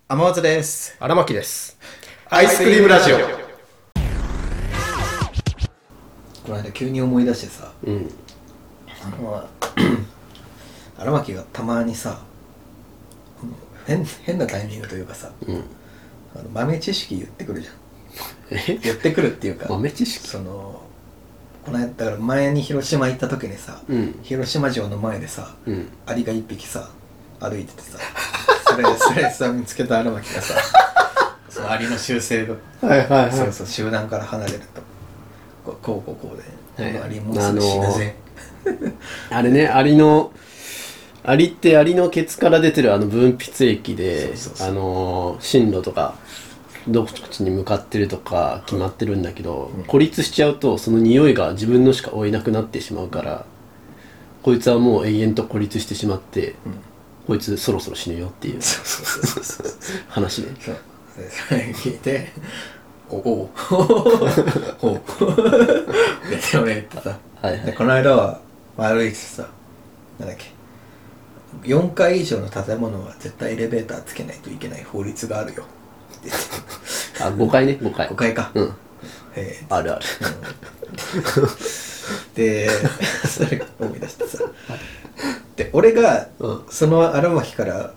天松です。 荒牧です。 アイスクリームラジオ。 この間急に思い出してさ、荒牧がたまにさ、変なタイミングというかさ、豆知識言ってくるじゃん。言ってくるっていうか、 豆知識、 この間だから前に広島行った時にさ、広島城の前でさ、アリが一匹さ歩いててさ、それさ見つけた荒牧がさ、そのアリの習性が、そう集団から離れるとこうで、アリもうすぐ死ぬぜ。 あれね、アリってアリのケツから出てる分泌液で、進路とかどっちに向かってるとか決まってるんだけど、孤立しちゃうとその匂いが自分のしか追えなくなってしまうから、こいつはもう永遠と孤立してしまって、こいつそろそろ死ぬよっていう話ね。 そうそれ聞いて、おうで俺言ってさ、でこの間は歩いてさ、なんだっけ、4階以上の建物は絶対エレベーターつけないといけない法律があるよって言ってあ、5階ね、5階。 5階か。 あるある。 で、それ思い出してさ、で俺が、その荒牧から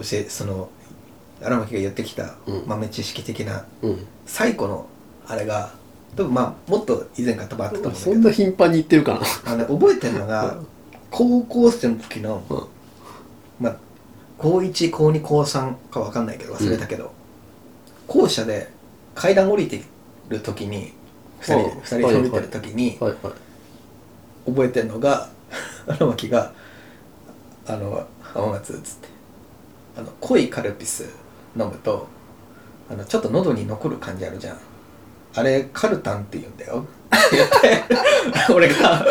荒牧が言ってきた豆知識的な、最古のあれが多分もっと以前から多分あったと思うんだけど、 そんな頻繁に言ってるかな。 覚えてるのが、高校生の時の、高1高2高3か分かんないけど忘れたけど、校舎で階段降りてる時に2人で降りてる時に、覚えてるのが荒牧が浜松っつって濃いカルピス飲むとちょっと喉に残る感じあるじゃん、あれカルタンって言うんだよって言って俺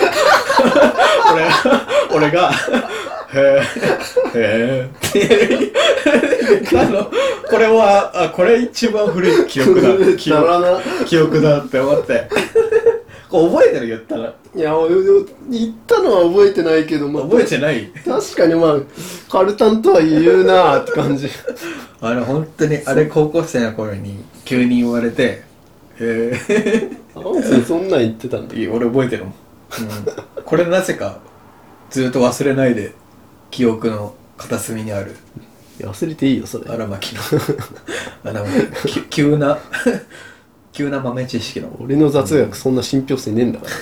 がへえって言ったの。これ一番古い記憶だって思ってこう覚えてる、言ったら。 いや、言ったのは覚えてないけど、 覚えてない。 確かにカルタンとは言うなーって感じ。 本当に高校生の頃に急に言われて、 そんなん言ってたんだ。 俺覚えてるもん、これなぜかずっと忘れないで記憶の片隅にある。 忘れていいよそれ。 荒牧の急な豆知識の。 俺の雑学そんな信憑性ねえんだから。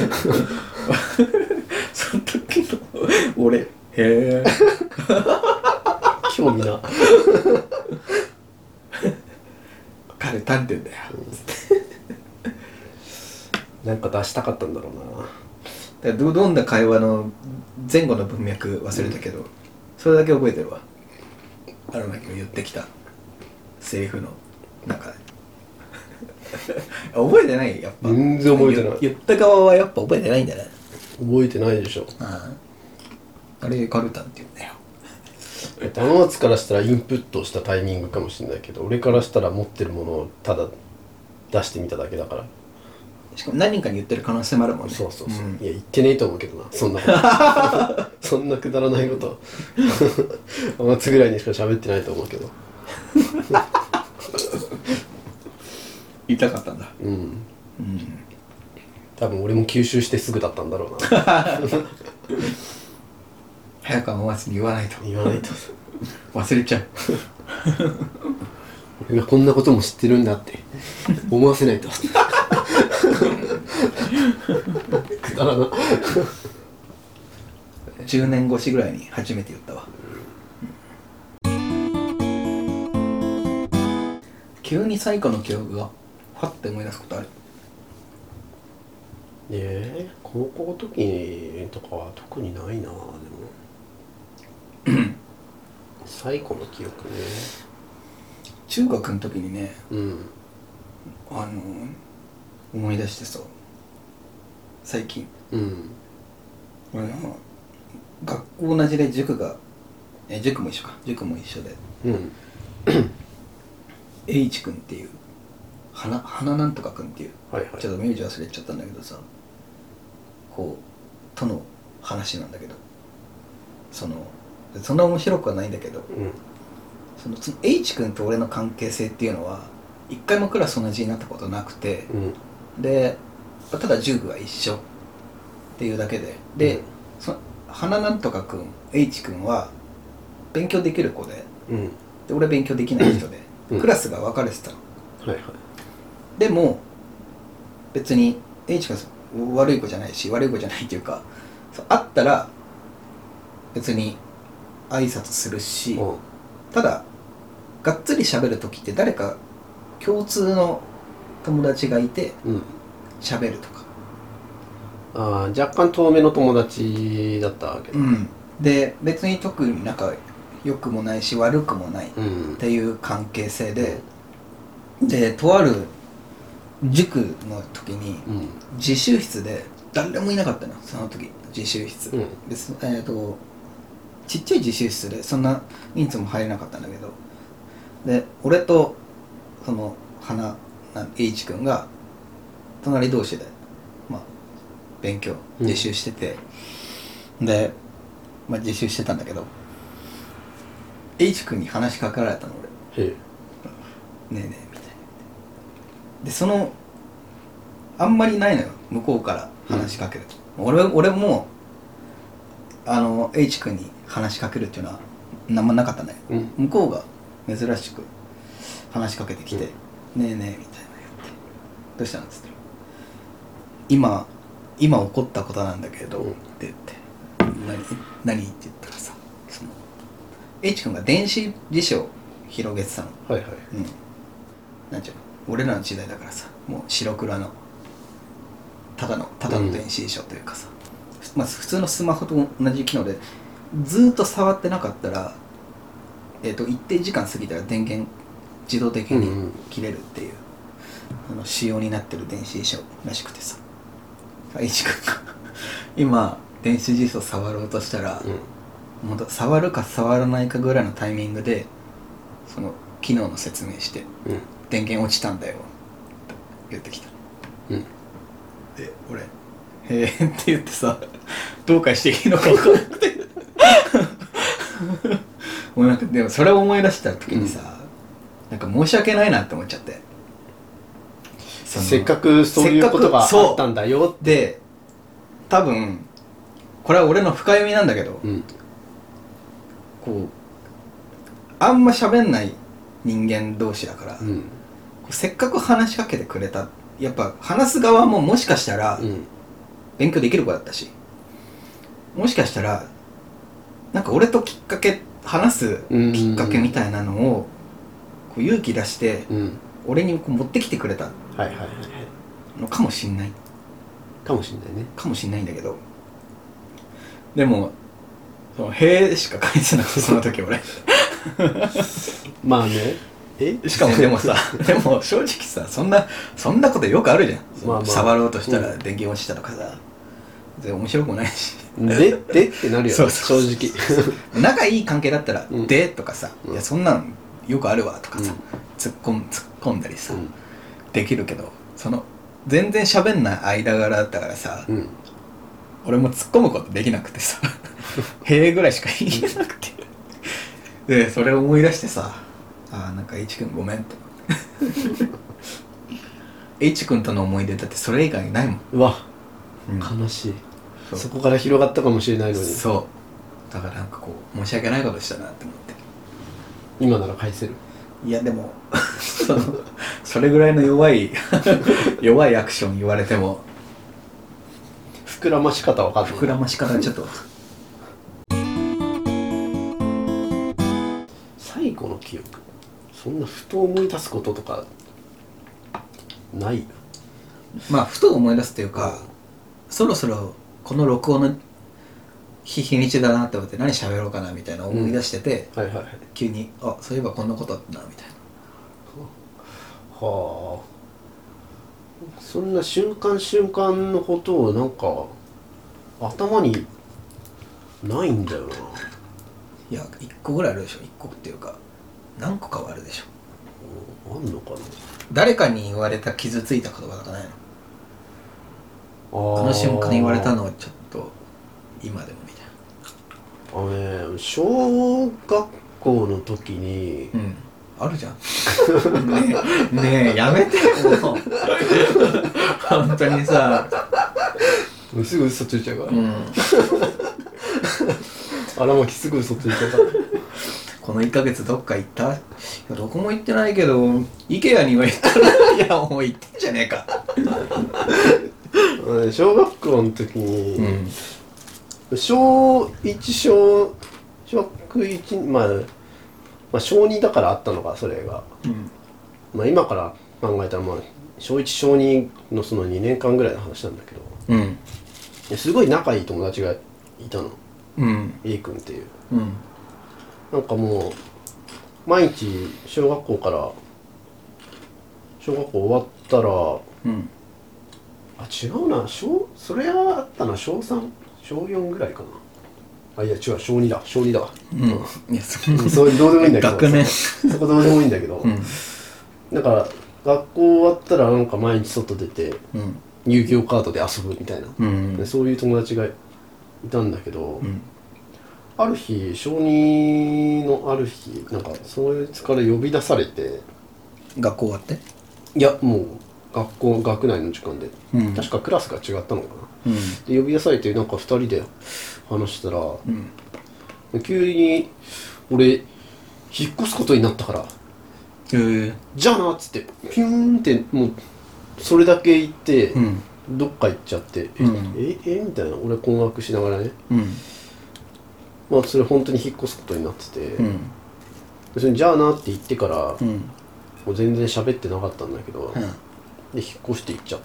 その時の俺、へえ興味な。 カルタンって言うんだよ、 なんか出したかったんだろうな。 どんな会話の前後の文脈忘れたけど、それだけ覚えてるわ。荒牧が言ってきたセリフの中で覚えてない？やっぱ全然覚えてない。 言った側はやっぱ覚えてないんだね。 覚えてないでしょ。 あれカルタンって言うんだよ。 玉松からしたらインプットしたタイミングかもしれないけど、俺からしたら持ってるものをただ出してみただけだから。 しかも何人かに言ってる可能性もあるもんね。 そう、いや言ってねえと思うけどな、そんなことそんなくだらないこと玉松ぐらいにしか喋ってないと思うけど言いたかったんだ。 多分俺も吸収してすぐだったんだろうな。 早く浜松に言わないと忘れちゃう。 俺がこんなことも知ってるんだって思わせないと。くだらな。 10年越しぐらいに初めて言ったわ。急に最古の記憶がファッて思い出すことある？ 高校の時とかは特にないな。でも最古の記憶ね。 中学の時にね、思い出してさ、最近、俺学校同じで塾も一緒か、塾も一緒で、H 君っていう花なんとか君っていう、ちょっと名字忘れちゃったんだけどさ、との話なんだけど、そんな面白くはないんだけど、 その H 君と俺の関係性っていうのは一回もクラス同じになったことなくて、でただ塾が一緒っていうだけで、で、花なんとか君 H 君は勉強できる子で、で俺勉強できない人で、クラスが分かれてたの、でも別に H 君悪い子じゃないし、悪い子じゃないっていうか、会ったら別に挨拶するし、ただがっつり喋る時って誰か共通の友達がいて喋るとか、 若干遠目の友達だったわけだ。 で別に特に仲良くもないし悪くもないっていう関係性で、でとある塾の時に自習室で誰もいなかったの、その時自習室、でちっちゃい自習室でそんな人数も入れなかったんだけど、で俺とその花 H 君が隣同士で、勉強自習してて、で、自習してたんだけど H 君に話しかけられたの俺。ねえねえみたいな。でそのあんまりないのよ向こうから話しかけると、俺もH 君に話しかけるっていうのは何もなかったんだよ、向こうが珍しく話しかけてきて、ねえねえみたいな言って、どうしたんですって今起こったことなんだけど、って言って、何って言ったらさ、その H 君が電子辞書を広げてたの。なんちゅうの、俺らの時代だからさ、もう白黒のただの電子辞書というかさ、普通のスマホと同じ機能でずっと触ってなかったら、一定時間過ぎたら電源自動的に切れるっていう、仕様になってる電子辞書らしくてさ、H 君が今電子辞書触ろうとしたら、もう触るか触らないかぐらいのタイミングでその機能の説明して、電源落ちたんだよって言ってきた、で俺へーって言ってさ、どうかしていいのか分からなくてもうなんかでもそれを思い出した時にさ、なんか申し訳ないなって思っちゃって、 せっかくそういうことがあったんだよって。 多分これは俺の深読みなんだけど、こうあんま喋んない人間同士だから、せっかく話しかけてくれた、やっぱ話す側ももしかしたら勉強できる子だったし、もしかしたらなんか俺と話すきっかけみたいなのをこう勇気出して俺にこう持ってきてくれたのかもしんないかもしんないね。 かもしんないんだけど、でもそのへーしか書いてなくてその時俺まあね、 しかもでもさでも正直さ、そんなことよくあるじゃん、触ろうとしたら電源落ちたとかさ、全然面白くもないしでってなるよね、正直仲いい関係だったらでとかさ、いやそんなんよくあるわとかさ、突っ込んだりさ、できるけど、その全然喋んない間柄だったからさ、俺も突っ込むことできなくてさへーぐらいしか言えなくてでそれを思い出してさ、なんか H 君ごめんってH 君との思い出だってそれ以外ないもん。 うわ、悲しい。そこから広がったかもしれないのに。 そうだからなんかこう申し訳ないことしたなって思って。 今なら返せる？ いやでもそれぐらいの弱いアクション言われても膨らまし方わかんない。 膨らまし方ちょっと最後の記憶、そんなふと思い出すこととかないよ。 ふと思い出すというか、そろそろこの録音の日にちだなって思って何喋ろうかなみたいな思い出してて、急にそういえばこんなことあったなみたいな。 はあ、そんな瞬間のことをなんか頭にないんだよな。 いや1個ぐらいあるでしょ。1個っていうか何個かはあるでしょ。 あんのかな。 誰かに言われた傷ついた言葉とかないの？この瞬間言われたのはちょっと今でもみたいな。 小学校の時に、 あるじゃんねえやめてもう本当にさすぐ嘘ついちゃうから、荒牧すぐ嘘ついちゃうからこの1ヶ月どっか行った？いやどこも行ってないけど IKEA には行ったらいやもう行ってんじゃねえか小学校の時に、小学1まあ小2だからあったのかそれが、まあ今から考えたらまあ小1小2のその2年間ぐらいの話なんだけど、すごい仲いい友達がいたの、A 君っていう、なんかもう毎日小学校終わったら、あ違うなそれはあったな小3小4ぐらいかな。あいや違う小2だわ、 いやそうどうでもいいんだけど学年そこどうでもいいんだけど、だから学校終わったらなんか毎日外出て、遊戯王カードで遊ぶみたいな、でそういう友達がいたんだけど、ある日小2のある日なんかそいつから呼び出されて、 学校終わっていやもう学内の時間で、確かクラスが違ったのかな、で呼び出されてなんか2人で話したら、急に俺引っ越すことになったから、じゃあなっつってピューンってもうそれだけ言って、どっか行っちゃって、みたいな俺困惑しながらね、まあそれ本当に引っ越すことになってて、それじゃあなって言ってから、もう全然喋ってなかったんだけど、で引っ越して行っちゃって、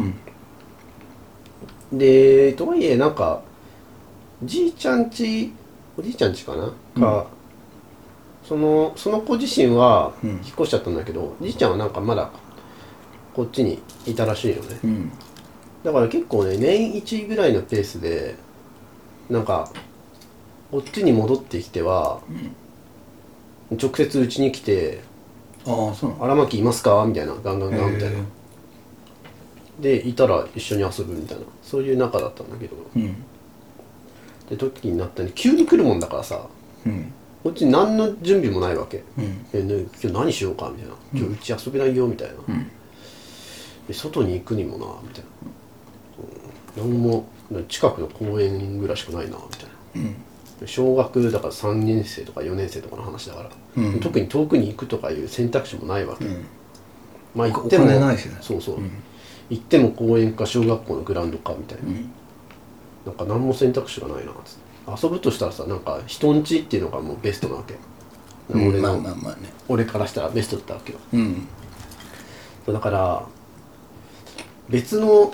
でとはいえなんかおじいちゃんちかな、かその子自身は引っ越しちゃったんだけど、じいちゃんはなんかまだこっちにいたらしいよね、だから結構ね年1ぐらいのペースでなんかこっちに戻ってきては、直接うちに来て「荒牧いますか?」みたいなガンガンガンみたいな、でいたら一緒に遊ぶみたいなそういう仲だったんだけど、で時になったら急に来るもんだからさ、こっちに何の準備もないわけ、今日何しようかみたいな、今日うち遊べないよみたいな、で外に行くにもなみたいな、何も近くの公園ぐらいしかないなみたいな、小学だから3年生とか4年生とかの話だから、特に遠くに行くとかいう選択肢もないわけ、まあ行ってもお金ないしね、 そう、行っても公園か小学校のグラウンドかみたいな、なんか何も選択肢がないなっつって、遊ぶとしたらさなんか人ん家っていうのがもうベストなわけ、俺からしたらベストだったわけよ、だから別の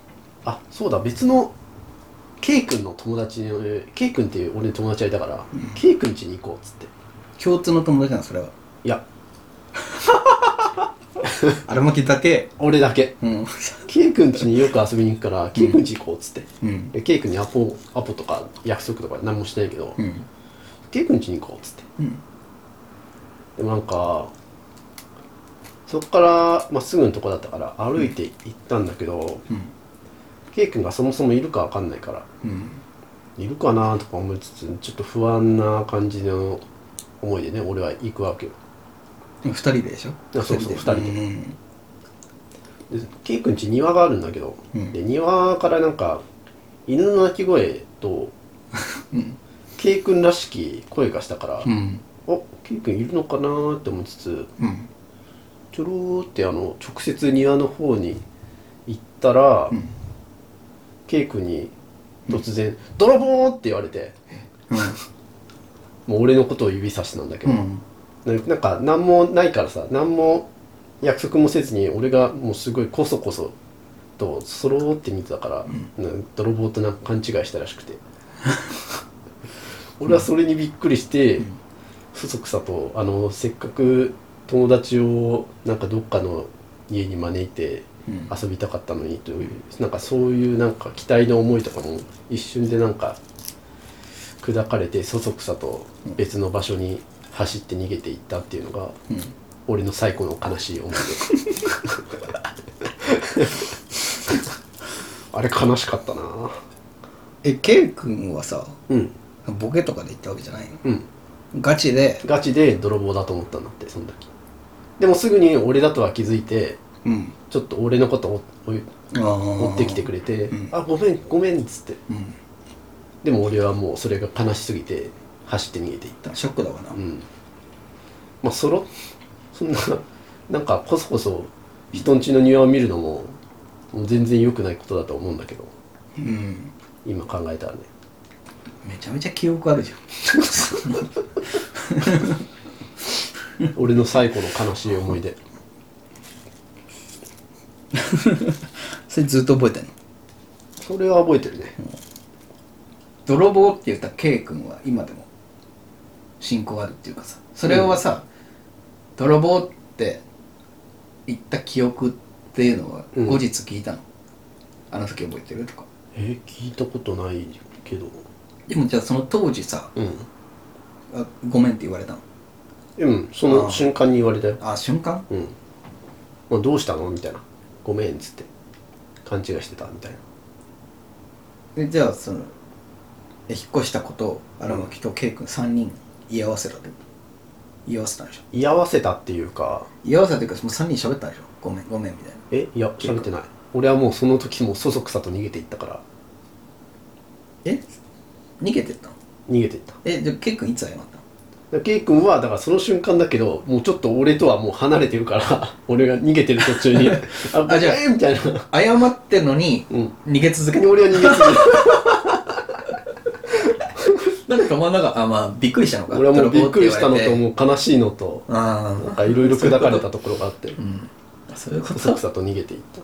K 君の友達に K 君っていう俺の友達がいたから、K 君家に行こうっつって。 共通の友達なのそれは？ いや荒牧だけ俺だけ、K 君家によく遊びに行くから K 君家行こうっつって、で K 君にアポとか約束とか何もしてないけど、K 君家に行こうっつって、でもなんかそっからまっすぐのとこだったから歩いて行ったんだけど、K 君がそもそもいるか分かんないから、いるかなとか思いつつちょっと不安な感じの思いでね俺は行くわけよ。 2人ででしょ？ そう2人で、で K 君家庭があるんだけど、で庭からなんか犬の鳴き声と、K 君らしき声がしたから、K 君いるのかなーって思いつつ、ちょろーって直接庭の方に行ったら、K 君に突然「泥棒!」って言われて、もう俺のことを指さしてなんだけど、なんか何もないからさ、何も約束もせずに俺がもうすごいこそこそとそろーって見てたから、泥棒となんか勘違いしたらしくて俺はそれにびっくりして、そそくさとせっかく友達をなんかどっかの家に招いて遊びたかったのにという、なんかそういうなんか期待の思いとかも一瞬でなんか砕かれて、そそくさと別の場所に走って逃げていったっていうのが、俺の最古の悲しい思い出あれ悲しかったな。 K 君はさ、ボケとかで言ったわけじゃないの？ ガチで泥棒だと思ったんだって。その時でもすぐに俺だとは気づいて、ちょっと俺のことを追ってきてくれて、あ、ごめんごめんっつって、でも俺はもうそれが悲しすぎて走って逃げていった。 ショックだわな。 まあそんななんかこそこそ人ん家の庭を見るのもう全然良くないことだと思うんだけど、今考えたらね。 めちゃめちゃ記憶あるじゃん俺の最後の悲しい思い出それずっと覚えてんの？ それは覚えてるね。 泥棒って言った K 君は今でも親交あるっていうかさ、それはさ、泥棒って言った記憶っていうのは後日聞いたの？あの時覚えてるとか。 聞いたことないけど。 でもじゃあその当時さ、あ、ごめんって言われたの？ その瞬間に言われたよ。 あ、瞬間？ まあ、どうしたのみたいな。ごめんっつって勘違いしてたみたいな。 でじゃあその引っ越したことを荒牧と K 君3人言い合わせたで言い合わせたんでしょ？ 言い合わせたっていうか、 言い合わせたっていうか、もう3人喋ったんでしょ？ごめんごめんみたいな。 いや喋ってない。俺はもうその時もそそくさと逃げていったから。 逃げてったの？ 逃げていった。 じゃあ K 君いつ謝ったの？ K 君はだからその瞬間だけど、もうちょっと俺とはもう離れてるから俺が逃げてる途中にあ、じゃあみたいな謝ってんのに逃げ続けて、 俺は逃げ続けなんで止まんなかった？まあびっくりしたのか。 俺はもうびっくりしたのと、もう悲しいのと、なんかいろいろ砕かれたところがあって、 そういうこと。 そくさと逃げていった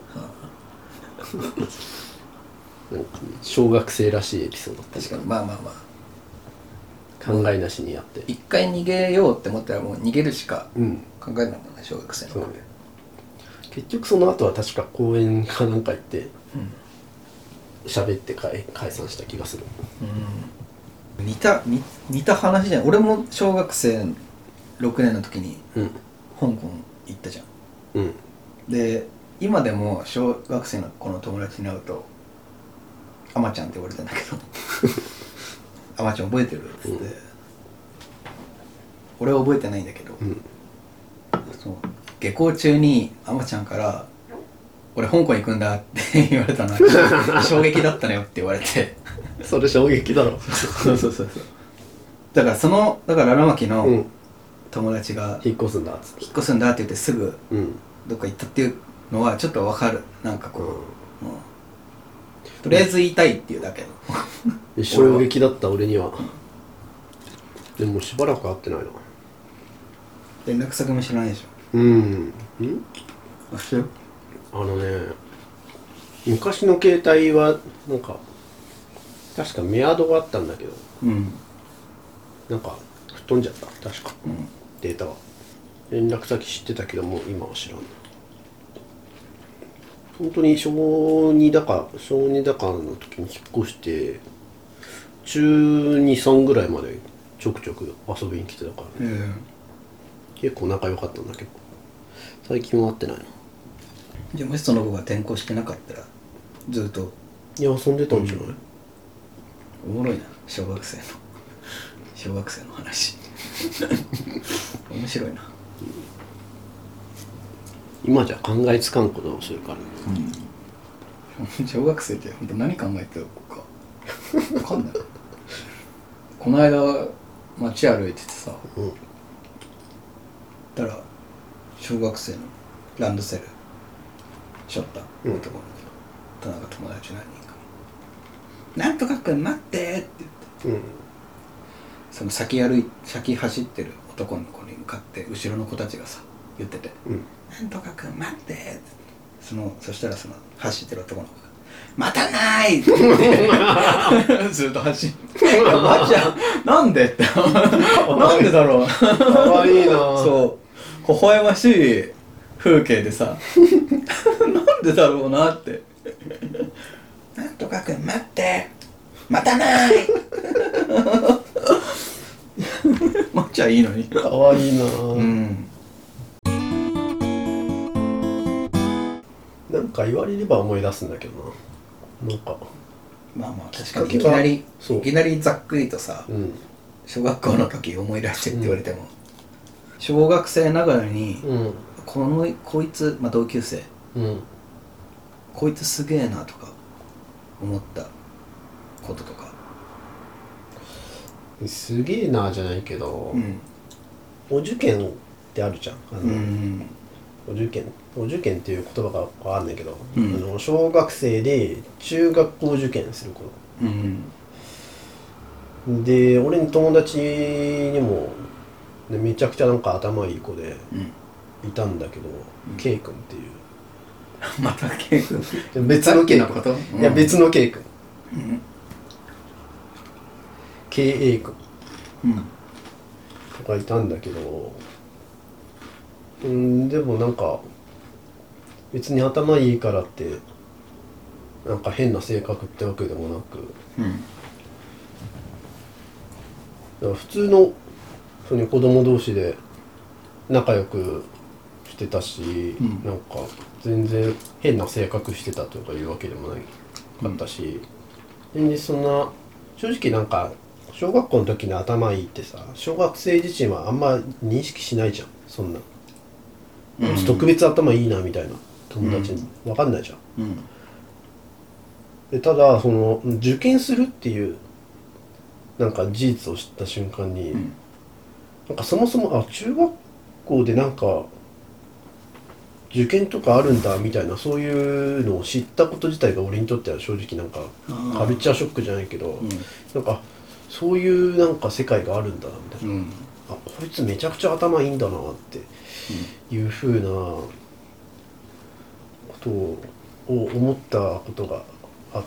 なんか、ね、小学生らしいエピソードだった。 確かに。まあ考えなしにやって、 一回逃げようって思ったらもう逃げるしか考えないもんね、小学生の頃。 結局その後は確か公園かなんか行って喋って解散した気がする。 似た話じゃない。俺も小学生6年の時に香港行ったじゃん。で今でも小学生の子の友達に会うと「あまちゃん」って言われてんだけど「あまちゃん覚えてる？」っつって、俺は覚えてないんだけど、そう下校中にあまちゃんから「俺香港行くんだ」って言われたの衝撃だったのよって言われてそれ衝撃だろそうだから荒牧の友達が引っ越すんだって言ってすぐどっか行ったっていうのはちょっとわかる。なんかこう、とりあえず言いたいっていうだけの衝撃だった俺には。でもしばらく会ってないな。 連絡先も知らないでしょ？あ、知ってる？ 昔の携帯はなんか確かメアドがあったんだけど、なんか吹っ飛んじゃった確か、データは。連絡先知ってたけども今は知らん。本当に小2だかの時に引っ越して中2、3ぐらいまでちょくちょく遊びに来てたからね、結構仲良かったんだけど最近は会ってないな。 じゃあもしその子が転校してなかったらずっと遊んでたんじゃない？ おもろいな、小学生の話面白いな。 今じゃ考えつかんことをするからね。 小学生って本当何考えてるか分かんないこの間街歩いててさ、たら小学生のランドセルしょった男の子となんか友達何人か「なんとかくん待って」って言って、その先走ってる男の子に向かって後ろの子たちがさ言ってて、なんとかくん待ってって、そしたらその走ってる男の子が待たないって言ってずっと走って「まちゃんなんで?」ってなんでだろうかわいいなそう微笑ましい風景でさなんでだろうなってなんとかくん待って待たないまちゃんいいのにかわいいな。なんか言われれば思い出すんだけどな。なんかまあ確かにいきなりざっくりとさ、 小学校の時思い出してって言われても、小学生ながらに、こいつ、同級生、こいつすげえなとか思ったこととか。 すげえなじゃないけど、お受験ってあるじゃん。お受験っていう言葉がわかんないけど、小学生で中学校受験する子、で俺の友達にも、ね、めちゃくちゃなんか頭いい子でいたんだけど、K 君っていうまた K 君別の K 君、いや別の K 君、KA 君とかいたんだけど、でもなんか別に頭いいからってなんか変な性格ってわけでもなく、だから普通のその子供同士で仲良くしてたし、なんか全然変な性格してたとかいうわけでもないかったし、全然そんな正直なんか小学校の時の頭いいってさ、小学生自身はあんま認識しないじゃん。そんな特別頭いいなみたいな友達に分かんないじゃん。でただその受験するっていうなんか事実を知った瞬間に、なんかそもそも中学校でなんか受験とかあるんだみたいな、そういうのを知ったこと自体が俺にとっては正直なんかカルチャーショックじゃないけど、なんかそういうなんか世界があるんだなみたいな、こいつめちゃくちゃ頭いいんだなっていうふうなことを思ったことがあって、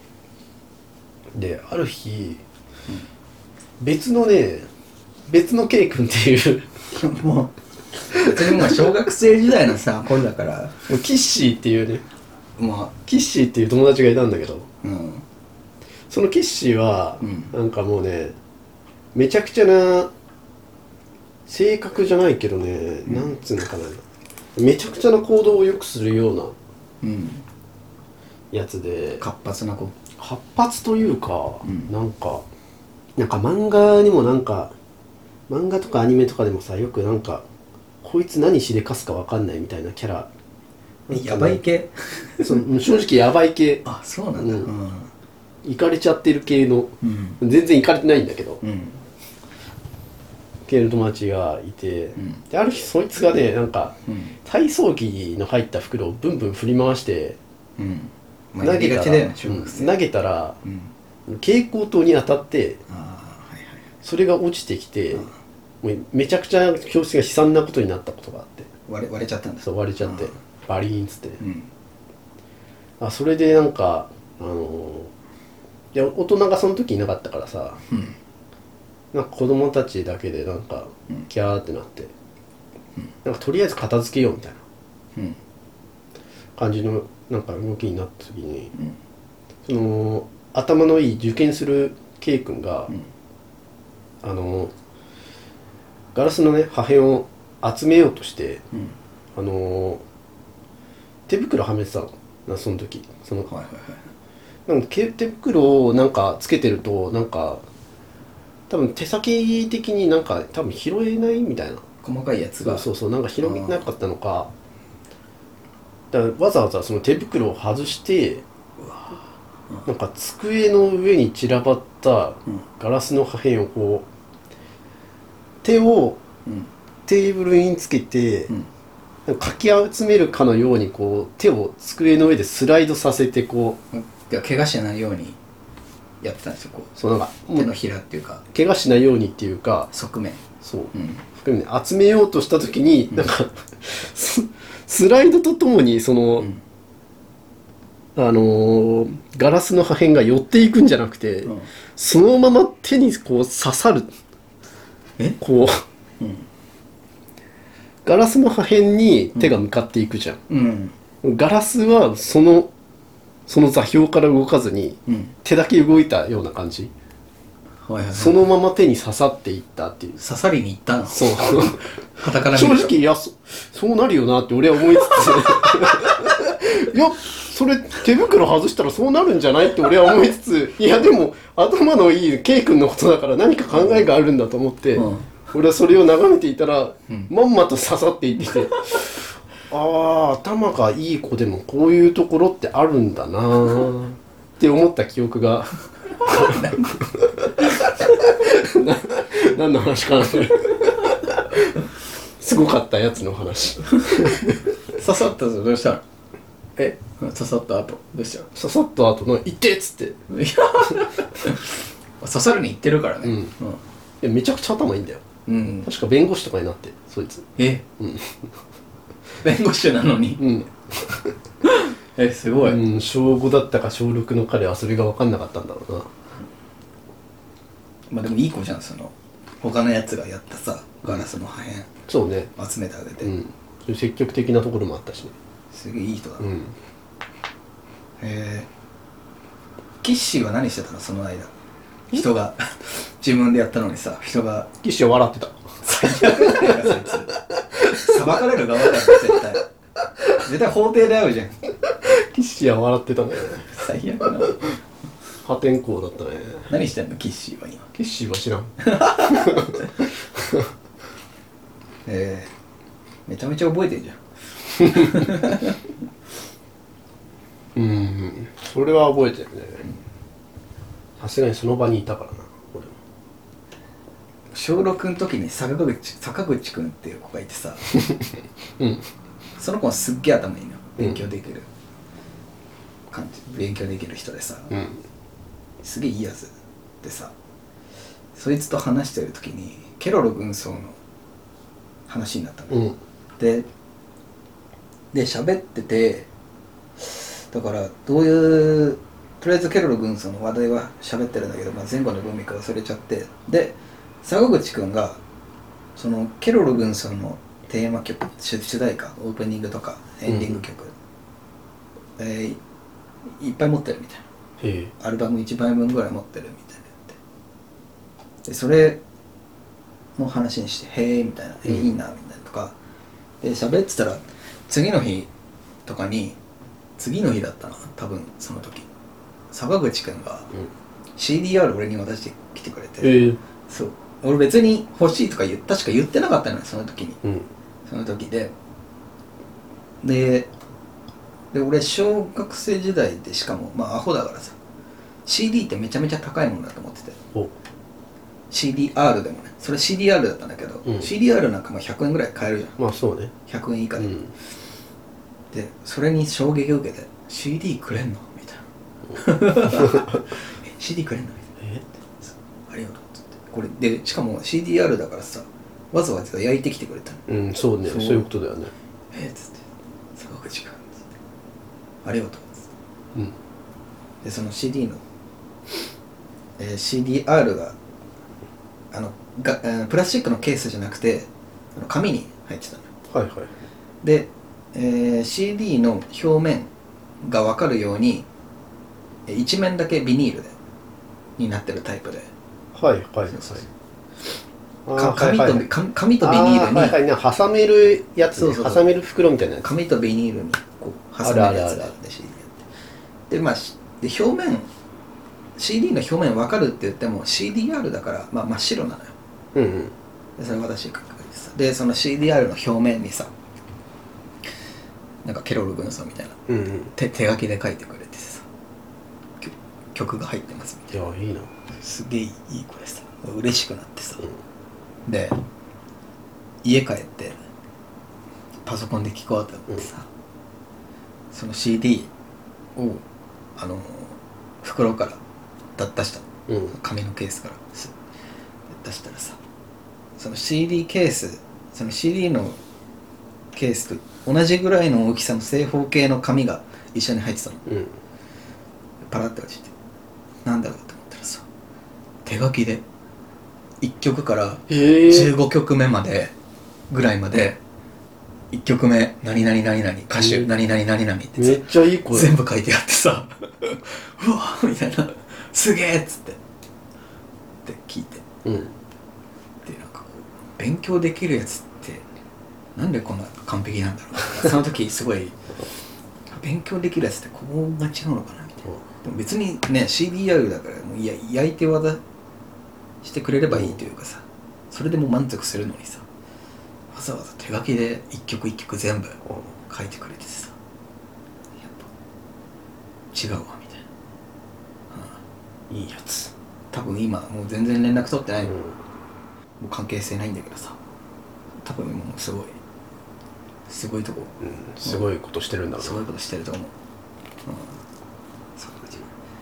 である日、別の K 君っていうもう別にもう小学生時代のさ頃だからキッシーっていうね、キッシーっていう友達がいたんだけど、そのキッシーは、なんかもうねめちゃくちゃな性格じゃないけどね、なんつうのかな、めちゃくちゃな行動をよくするようなやつで、 活発な子、 活発というか、なんか漫画にもなんか漫画とかアニメとかでもさ、よくなんかこいつ何しでかすか分かんないみたいなキャラ、 やばい系正直やばい系、 そうなんだ、 イカれちゃってる系の、全然イカれてないんだけど、系の友達がいて、である日そいつがね、なんか、体操着の入った袋をブンブン振り回して、投げたら、蛍光灯に当たって、それが落ちてきて、もうめちゃくちゃ教室が悲惨なことになったことがあって、 割れちゃったんだ。 そう割れちゃって、バリーンっつって、それでなんかで大人がその時いなかったからさ、なんか子供たちだけでなんかキャーってなって、なんかとりあえず片付けようみたいな感じのなんか動きになった時に、その頭のいい受験する K 君が、ガラスのね破片を集めようとして、手袋はめてたのな、その時。なんか手袋をなんかつけてると、なんか多分手先的になんか多分拾えないみたいな、 細かいやつがそうなんか拾えなかったのか、だからわざわざその手袋を外して、なんか机の上に散らばったガラスの破片をこう手をテーブルにつけて、かき集めるかのようにこう手を机の上でスライドさせて、こう怪我しないようにやってたんですよ。こうそうなんか手のひらっていうか怪我しないようにっていうか、 側面、 そう、集めようとした時に、なんかスライドとともにその、ガラスの破片が寄っていくんじゃなくて、そのまま手にこう刺さる、こう、ガラスの破片に手が向かっていくじゃん、ガラスはその座標から動かずに、手だけ動いたような感じ、そのまま手に刺さっていったっていう。 刺さりに行ったの。 そうから正直、いやそうなるよなって俺は思いつついやそれ手袋外したらそうなるんじゃないって俺は思いつつ、いやでも頭のいい K 君のことだから何か考えがあるんだと思って、俺はそれを眺めていたら、まんまと刺さっていってきて、ああ頭がいい子でもこういうところってあるんだなーって思った記憶が何の話かなすごかったやつの話刺さったぞどうしたの？刺さった後どうしたの？ 刺さった後の「いって」っつって刺さるに行ってるからね。 いやめちゃくちゃ頭いいんだよ。確か弁護士とかになってそいつ。 弁護士なのに。すごい。 小5だったか小6の彼はそれが分かんなかったんだろうな。 まあでもいい子じゃん、その他のやつがやったさガラスの破片そうね集めてあげて、 そういう積極的なところもあったしね。 すげえいい人だな。キッシーは何してたのその間？人が自分でやったのにさ、人がキッシーは笑ってた。 最悪だよそいつ。裁かれる側だよ絶対法廷で会うじゃん。 キッシーは笑ってたね。 最悪な。 破天荒だったね。 何してんのキッシーは今？ キッシーは知らん。 めちゃめちゃ覚えてんじゃん。 それは覚えてるね。さすがにその場にいたからな俺も。 小6の時に坂口くんっていう子がいてさ、その子はすっげえ頭いいの。勉強できる感じ、勉強できる人でさ、すげえいいやつでさ、そいつと話してる時にケロロ軍曹の話になったの、で喋ってて、だからどういうとりあえずケロロ軍曹の話題は喋ってるんだけど、前後の文脈忘れちゃって、で坂口くんがそのケロロ軍曹のテーマ曲、主題歌、オープニングとかエンディング曲、いっぱい持ってるみたいな、アルバム1枚分ぐらい持ってるみたいなで、それの話にして「へえ」みたいな「いいな」みたいなとかで喋ってたら、次の日とかに、次の日だったな多分、その時坂口くんが CDR 俺に渡してきてくれて、そう俺別に欲しいとか確か言ってなかったのよその時に、その時で俺小学生時代で、しかもアホだからさ CD ってめちゃめちゃ高いもんだと思ってて、CDR でもね、それ CDR だったんだけど、CDR なんか100円ぐらい買えるじゃん。 まあそうね、 100円以下で、でそれに衝撃を受けて CD くれんのみたいなCD くれんのみたいな、ありがとうっつって、これでしかも CDR だからさ、わざわざ焼いてきてくれたの。 そうね、そういうことだよね。 っつって坂口くんっつってありがとうっつって、でその CD の、CDR がプラスチックのケースじゃなくて紙に入ってたの。で、CD の表面が分かるように一面だけビニールになってるタイプで、紙とビニールに挟めるやつね、挟める袋みたいなやつ、 紙とビニールにこう挟めるやつがあって、 CD でで表面 CD の表面分かるって言っても CDR だから真っ白なのよ。でそれ私書くからさ、でその CDR の表面にさ、なんかケロロ軍曹みたいな、手書きで書いてくれてさ、曲が入ってますみたいな。 いやいいな、 すげえいい子でさ、嬉しくなってさ、で家帰ってパソコンで聴こうと思ってさ、その CD を袋から出したの、紙のケースから出したらさ、その CD ケース、その CD のケースと同じぐらいの大きさの正方形の紙が一緒に入ってたの、パラッて落ちて、なんだろうと思ったらさ、手書きで1曲から15曲目までぐらいまで、1曲目何々何々歌手何々何々ってさ、 めっちゃいい声全部書いてあってさうわーみたいな、すげえっつって聞いて、でなんかこう勉強できるやつってなんでこんな完璧なんだろうその時すごい勉強できるやつってここが違うのかなみたいな、でも別にね CDR だからもう焼いて渡してくれればいいというかさ、それでもう満足するのにさ、わざわざ手書きで一曲一曲全部書いてくれてさ、やっぱ違うわみたいな、 いいやつ。 多分今もう全然連絡取ってないの、もう関係性ないんだけどさ、多分もうすごいとこ、 すごいことしてるんだろうな。 すごいことしてると思う、そう感じ。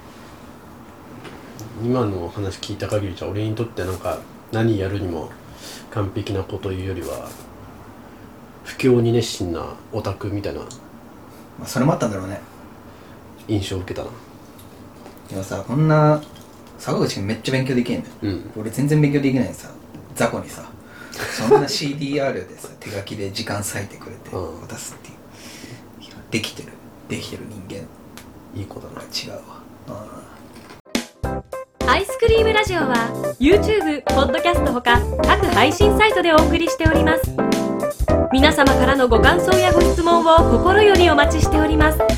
今の話聞いた限りじゃ俺にとってなんか何やるにも完璧なこというよりは不況に熱心なオタクみたいなそれもあったんだろうね。 印象を受けたな。 でもさ、こんな坂口めっちゃ勉強できんね、俺全然勉強できないさ、雑魚にさそんな CDR でさ手書きで時間割いてくれて渡すっていう、できてる人間いい子だな。 違うわ。 アイスクリームラジオは YouTube、ポッドキャストほか各配信サイトでお送りしております。皆様からのご感想やご質問を心よりお待ちしております。